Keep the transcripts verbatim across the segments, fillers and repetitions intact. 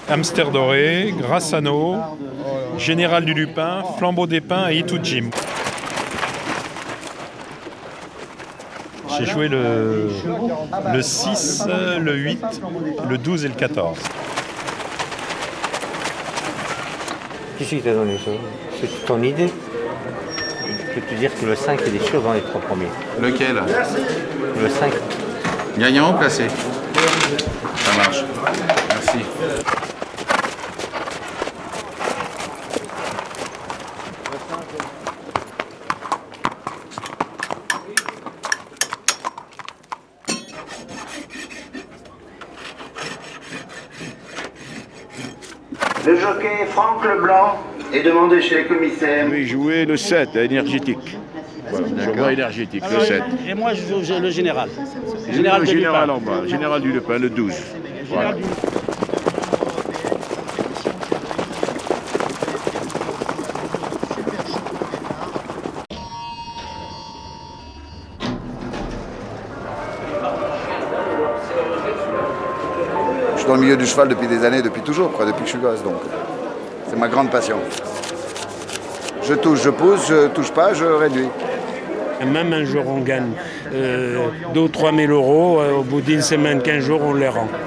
Hamster doré, Grassano, Général du Lupin, Flambeau des Pins et Itou Jim. J'ai joué le, le six, le huit, le douze et le quatorze. Qui c'est qui t'a donné ça? C'est ton idée? Je peux te dire que le cinq est des choses dans les trois premiers. Lequel? Le cinq. Gagnant ou placé? Ça marche. Merci. Le jockey Franck Leblanc est demandé chez les commissaires. Oui, jouer le sept, énergétique. Voilà, joueur énergétique, le sept. Et moi, je joue le général. Le général, le général en bas, général du Lepin, le douze. Voilà. Je suis dans le milieu du cheval depuis des années, depuis toujours, quoi, depuis que je suis gosse, donc c'est ma grande passion. Je touche, je pousse, je touche pas, je réduis. Même un jour on gagne euh, deux ou trois mille euros, euh, au bout d'une semaine, quinze jours, on les rend.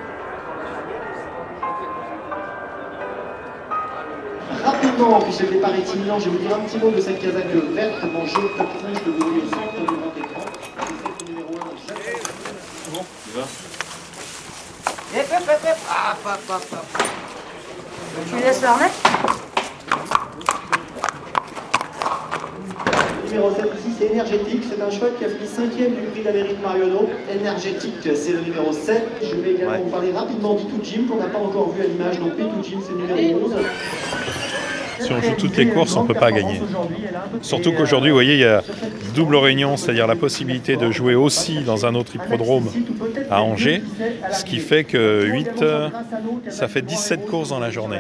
Rapidement, puisque le départ est imminent, je vais vous dire un petit mot de cette casaque verte, mangée, top rouge, de vous au centre du grand écran. C'est le numéro un. C'est bon, tu vas? Hop, hop, hop, hop. Ah, hop, hop, hop. Tu lui laisses le harnais? Numéro sept ici, c'est énergétique. C'est un cheval qui a fini cinquième du prix d'Amérique Marionneau. Énergétique, c'est le numéro sept. Je vais également ouais. vous parler rapidement d'Itou Jim, qu'on n'a pas encore vu à l'image. Donc Itou Jim, c'est le numéro onze. Si on joue toutes les courses, on ne peut pas gagner. Surtout qu'aujourd'hui, vous voyez, il y a double réunion, c'est-à-dire la possibilité de jouer aussi dans un autre hippodrome à Angers, ce qui fait que huit, ça fait dix-sept courses dans la journée.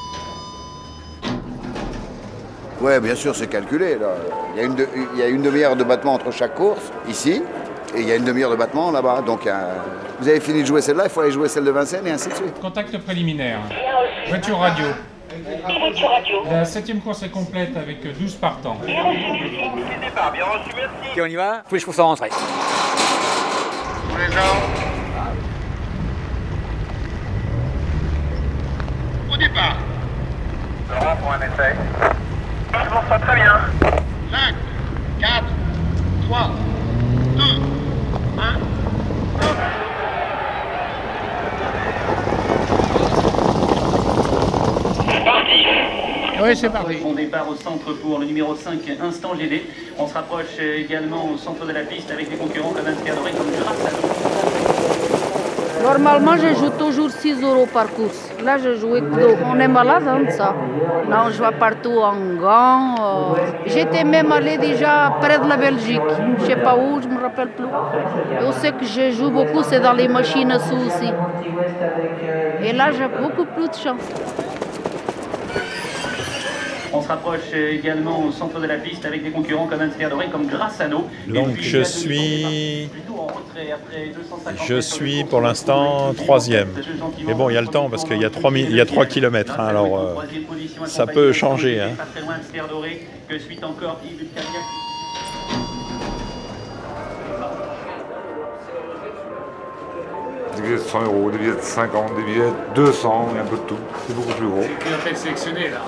Oui, bien sûr, c'est calculé. Là. Il y a une, de, il y a une demi-heure de battement entre chaque course, ici, et il y a une demi-heure de battement là-bas. Donc, un... vous avez fini de jouer celle-là, il faut aller jouer celle de Vincennes, et ainsi de suite. Contact préliminaire. Voiture radio. Voiture radio. La septième course est complète avec douze partants. Bien reçu. Départ, bien reçu, merci. Et on y va, tous les chevaux sont rentrés. Tous les gens. Au départ. Laurent pour un essai. Je m'en sens très bien. cinq, quatre, trois, deux, un, hop. Oui, c'est parti. Bon départ au centre pour le numéro cinq, Instant G D. On se rapproche également au centre de la piste avec des concurrents comme Hamster doré, comme Grassano. Normalement, je joue toujours six euros par course. Là, je jouais deux. On est malade hein, de ça. Là, on joue partout en gants. Euh... J'étais même allé déjà près de la Belgique. Je ne sais pas où, je ne me rappelle plus. Et on sait que je joue beaucoup, c'est dans les machines à sous aussi. Et là, j'ai beaucoup plus de chance. On se rapproche également au centre de la piste avec des concurrents comme Hamster doré, comme Grassano. Donc je suis, je suis pour l'instant troisième. Mais bon, il y a le temps parce qu'il y a trois, il y a trois kilomètres, hein, alors euh, ça peut changer. Hein. Pas très loin Hamster doré, que suit encore Yves Cagnac. Des billets de cent euros, des billets de cinquante, des billets de deux cents, il y a un peu de tout. C'est beaucoup plus gros. C'est qui a fait sélectionner là?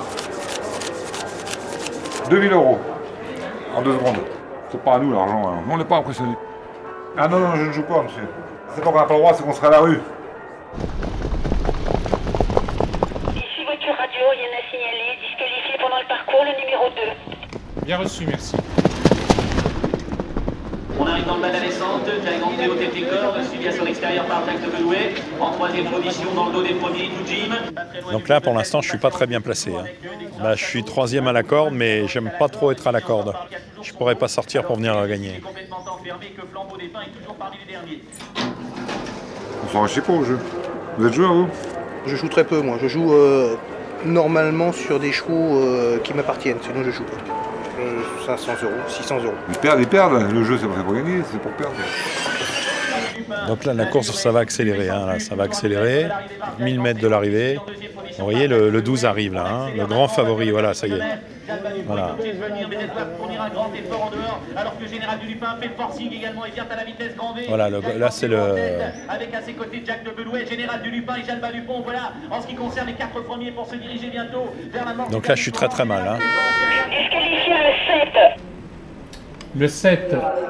deux mille euros en deux secondes. C'est pas à nous l'argent, hein. On n'est pas impressionné. Ah non, non, je ne joue pas, monsieur. C'est pas qu'on n'a pas le droit, c'est qu'on sera à la rue. Ici voiture radio, rien à signaler. Disqualifié pendant le parcours, le numéro deux. Bien reçu, merci. On arrive dans le bas de la descente, Jagan Théo Tépécor, suivi à son extérieur par Jacques de Belouet. En troisième position dans le dos des premiers, Itou Jim. Donc là, pour l'instant, je ne suis pas très bien placé. Hein. Là, je suis troisième à la corde, mais j'aime pas trop être à la corde. Je pourrais pas sortir pour venir la gagner. On s'enrichit pas au jeu. Vous êtes joueur, vous? Je joue très peu, moi. Je joue euh, normalement sur des chevaux euh, qui m'appartiennent, sinon je joue pas. cinq cents euros, six cents euros. Ils perdent, ils perdent. Le jeu, c'est pas fait pour gagner, c'est pour perdre. Donc là, la course, ça va accélérer. Hein, là, ça va accélérer. mille mètres de l'arrivée. Vous voyez, le, le douze arrive là. Hein, le grand favori, voilà, ça y est. Voilà. Voilà, le, là c'est le... Avec à ses côtés Jacques de Belouet, Général Dulupin et Jeanne Balupon. Voilà, en ce qui concerne les quatre premiers pour se diriger bientôt vers la mort. Donc là, je suis très très mal. Hein. Disqualifié le sept. Le sept.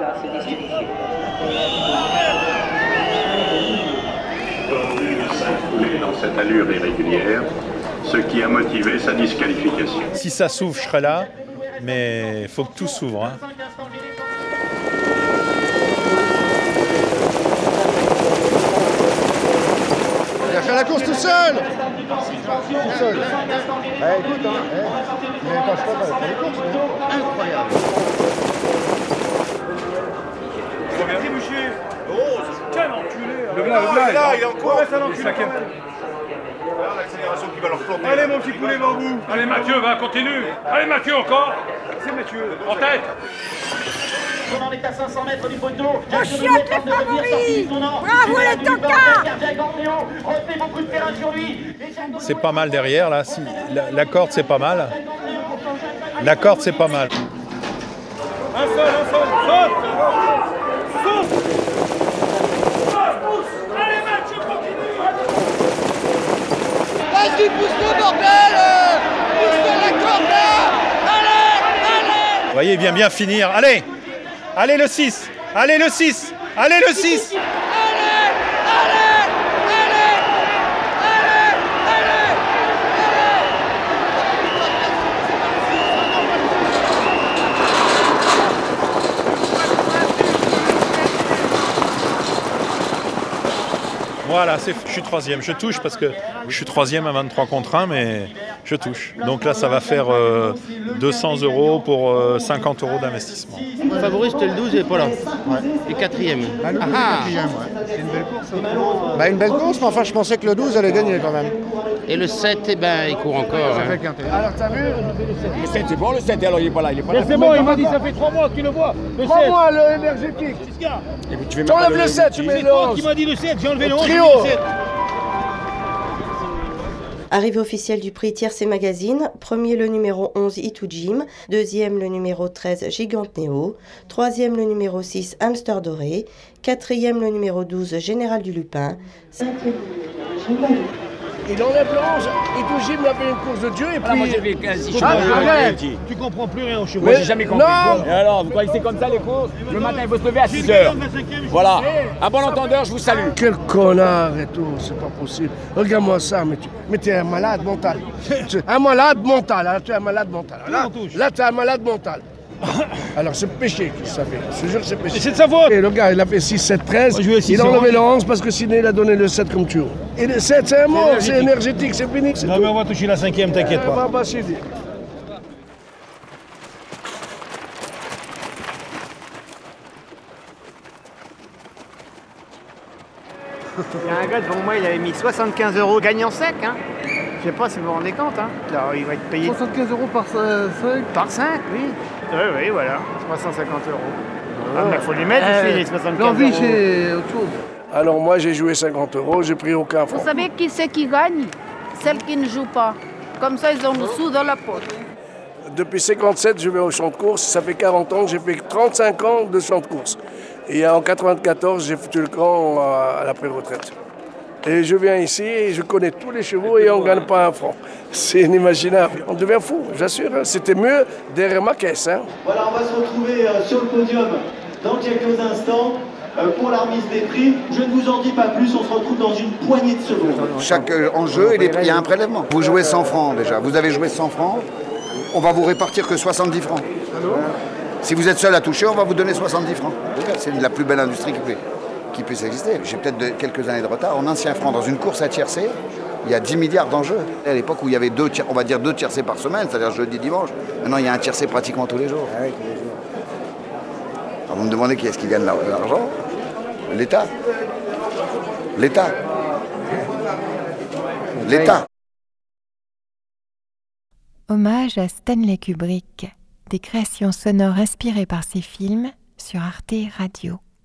Dans cette allure irrégulière, ce qui a motivé sa disqualification. Si ça s'ouvre, je serai là, mais il faut que tout s'ouvre. Hein. Il a fait la course tout seul. Tout seul. Eh, écoute, hein, eh, il n'avait pas le choix de faire les courses. Incroyable. Regardez, monsieur. Oh, c'est quel enculé. Le blanc, le blanc, là, il est encore. Ouais, c'est un enculé. L'accélération qui va leur planter. Allez, mon petit poulet bambou. Allez Mathieu, va, continue. Allez Mathieu, encore. C'est Mathieu. En tête. On en est à cinq cents mètres du poteau. On chiotte les favoris. Bravo les tocards. C'est pas mal derrière, là. Si, la, la corde, c'est pas mal. La corde, c'est pas mal. Un seul, un seul. Saute. Saute. Allez, Mathieu, continue. Vas-y, pousse-le, bordel. Pousse la corde là. Allez, allez. Vous voyez, il vient bien finir. Allez, allez le six. Allez le six. Allez le six. Voilà, c'est, je suis troisième. Je touche parce que je suis troisième à vingt-trois contre un, mais je touche. Donc là, ça va faire euh, deux cents euros pour euh, cinquante euros d'investissement. Le favori, c'était le douze et pas là. Ouais. Et quatrième. Ah, le douze est quatrième, ouais. C'est une belle course. Hein. Bah, une belle course, mais enfin, je pensais que le douze allait gagner quand même. Et le sept, eh ben, il court encore. Ça hein. fait quinté. Alors, t'as vu Le sept, c'est bon, le sept, alors il est pas là. Il est pas là. Mais c'est bon, il m'a dit, ça fait trois mois qu'il le voit. Trois mois, le énergétique. Tu enlèves le sept, tu mets le onze. Qui m'a dit le sept, j'ai enlevé le onze. Trio. Arrivée officielle du prix Tiercé Magazine, premier le numéro onze Itou Gym, deuxième le numéro treize Gigante Néo, troisième le numéro six Hamster Doré, quatrième le numéro douze Général Dulupin. Il enlève le onze, Itou Gym a fait une course de Dieu et puis... Ah, moi j'ai fait quinze Ah, arrête. Tu comprends plus rien au cheval. Moi j'ai jamais compris. Non. Et alors, vous croyez que c'est comme ça les courses? Le matin il faut se lever à six heures. Voilà. À bon entendeur, je vous salue. Quel connard et tout, c'est pas possible. Regarde-moi ça, mais tu mais t'es un malade mental. Tu es un malade mental, hein, tu es un malade mental. Là, là tu es un malade mental. Alors c'est péché que ça fait, je te jure que c'est péché. C'est de sa faute. Et le gars il a fait six, sept, treize, il a enlevé le onze parce que sinon il a donné le sept comme tu veux. Et le sept c'est un mort, c'est énergétique, c'est fini. Non tout. Mais on va toucher la cinquième, t'inquiète pas. Bah, bah, c'est dit. Il y a un gars devant moi, il avait mis soixante-quinze euros gagnant sec. Hein. Je sais pas si vous vous rendez compte. Hein. Alors, il va être payé. soixante-quinze euros par cinq. Par cinq, oui. Oui, oui, voilà. trois cent cinquante euros. Ah, mais il faut les mettre aussi, les soixante-quinze euros. L'envie, c'est autre chose. Alors, moi, j'ai joué cinquante euros, j'ai pris aucun franc. Vous savez qui c'est qui gagne? Celle qui ne joue pas. Comme ça, ils ont le sou dans la poche. Depuis cinquante-sept, je vais au champ de course. Ça fait quarante ans que j'ai fait trente-cinq ans de champ de course. Et en quatre-vingt-quatorze, j'ai foutu le camp à la pré-retraite. Et je viens ici et je connais tous les chevaux et on ne gagne pas un franc. C'est inimaginable. On devient fou, j'assure. Hein. C'était mieux derrière ma caisse. Hein. Voilà, on va se retrouver euh, sur le podium dans quelques instants euh, pour la remise des prix. Je ne vous en dis pas plus, on se retrouve dans une poignée de secondes. Chaque euh, enjeu, il, est, il y a un prélèvement. Vous jouez cent francs déjà. Vous avez joué cent francs. On va vous répartir que soixante-dix francs. Si vous êtes seul à toucher, on va vous donner soixante-dix francs. C'est la plus belle industrie qui puisse, qui puisse exister. J'ai peut-être de, quelques années de retard. En ancien franc, dans une course à tiercé, il y a dix milliards d'enjeux. À l'époque où il y avait deux, on va dire deux tiercés par semaine, c'est-à-dire jeudi, dimanche. Maintenant, il y a un tiercé pratiquement tous les jours. Ah oui, tous les jours. Alors vous me demandez qui est-ce qui gagne l'argent? L'État. L'État. L'État. Hommage à Stanley Kubrick, des créations sonores inspirées par ses films sur Arte Radio.